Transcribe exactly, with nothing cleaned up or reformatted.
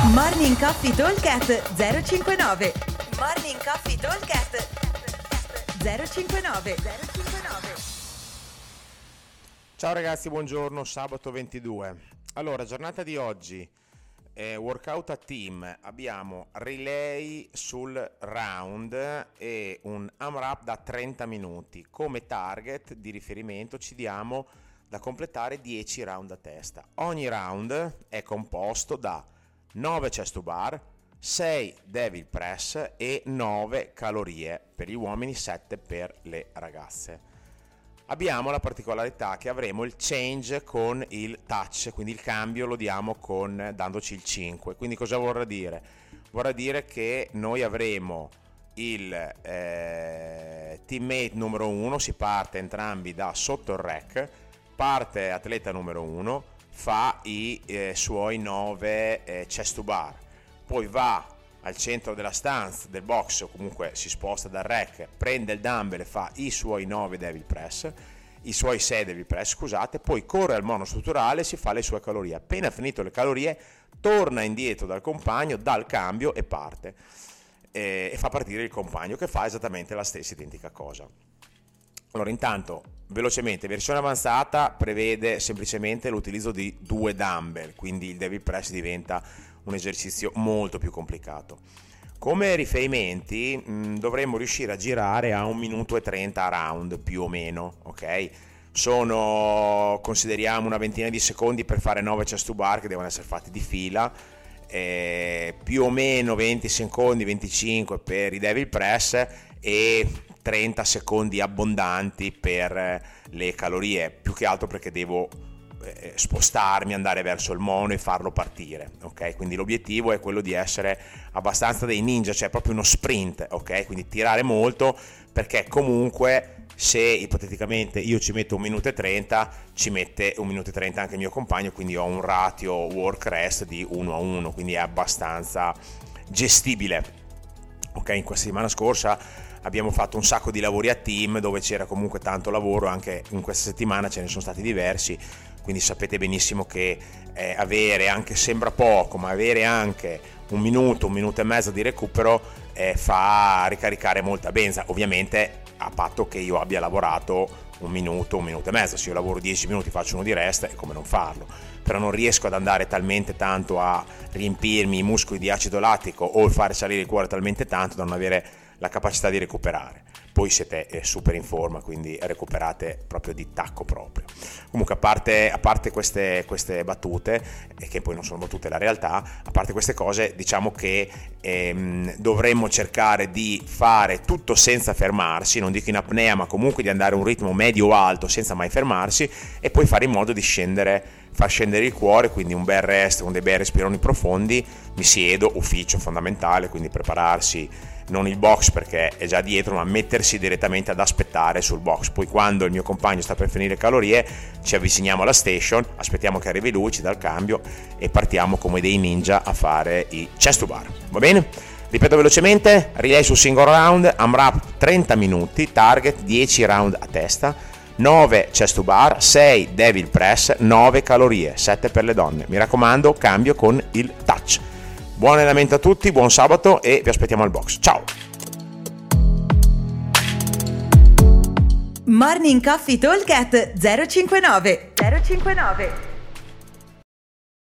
Morning Coffee Talkcast zero cinquantanove. Morning Coffee Talkcast zero cinquantanove. Ciao ragazzi, buongiorno, sabato ventidue. Allora, giornata di oggi, eh, workout a team, abbiamo relay sul round e un AMRAP da trenta minuti. Come target di riferimento ci diamo da completare dieci round a testa. Ogni round è composto da nove chest to bar, sei devil press e nove calorie per gli uomini, sette per le ragazze. Abbiamo la particolarità che avremo il change con il touch, quindi il cambio lo diamo con dandoci il cinque. Quindi cosa vorrà dire? Vorrà dire che noi avremo il eh, teammate numero uno, si parte entrambi da sotto il rack, parte atleta numero uno, fa i eh, suoi nove eh, chest to bar, poi va al centro della stance del box o comunque si sposta dal rack, prende il dumbbell e fa i suoi nove devil press, i suoi sei devil press, scusate, poi corre al monostrutturale e si fa le sue calorie. Appena finito le calorie torna indietro dal compagno, dà il cambio e parte e, e fa partire il compagno che fa esattamente la stessa identica cosa. Allora, intanto, velocemente, versione avanzata prevede semplicemente l'utilizzo di due dumbbell, quindi il devil press diventa un esercizio molto più complicato. Come riferimenti mh, dovremmo riuscire a girare a un minuto e trenta a round più o meno, ok? Sono, consideriamo, una ventina di secondi per fare nove chest to bar che devono essere fatti di fila, eh, più o meno venti secondi, venticinque per i devil press e trenta secondi abbondanti per le calorie, più che altro perché devo eh, spostarmi, andare verso il mono e farlo partire, ok? Quindi l'obiettivo è quello di essere abbastanza dei ninja, cioè proprio uno sprint, ok? Quindi tirare molto, perché comunque se ipoteticamente io ci metto un minuto e trenta, ci mette un minuto e trenta anche il mio compagno, quindi ho un ratio work rest di uno a uno, quindi è abbastanza gestibile, ok? In questa settimana scorsa abbiamo fatto un sacco di lavori a team dove c'era comunque tanto lavoro, anche in questa settimana ce ne sono stati diversi, quindi sapete benissimo che eh, avere, anche sembra poco, ma avere anche un minuto, un minuto e mezzo di recupero eh, fa ricaricare molta benza, ovviamente a patto che io abbia lavorato un minuto, un minuto e mezzo. Se io lavoro dieci minuti faccio uno di rest, è come non farlo, però non riesco ad andare talmente tanto a riempirmi i muscoli di acido lattico o fare salire il cuore talmente tanto da non avere la capacità di recuperare. Poi siete super in forma, quindi recuperate proprio di tacco proprio. Comunque, a parte, a parte queste, queste battute, e che poi non sono battute, la realtà, a parte queste cose, diciamo che ehm, dovremmo cercare di fare tutto senza fermarsi, non dico in apnea, ma comunque di andare a un ritmo medio-alto senza mai fermarsi, e poi fare in modo di scendere, far scendere il cuore, quindi un bel rest con dei bei respironi profondi. Mi siedo, ufficio fondamentale, quindi prepararsi, non il box perché è già dietro, ma mettersi direttamente ad aspettare sul box. Poi quando il mio compagno sta per finire calorie ci avviciniamo alla station, aspettiamo che arrivi lui, ci dà il cambio e partiamo come dei ninja a fare i chest to bar. Va bene? Ripeto velocemente: relay sul single round, AMRAP trenta minuti, target dieci round a testa, nove chest to bar, sei devil press, nove calorie, sette per le donne. Mi raccomando, cambio con il touch. Buon allenamento a tutti, buon sabato e vi aspettiamo al box. Ciao! Morning Coffee Talkcast zero cinquantanove.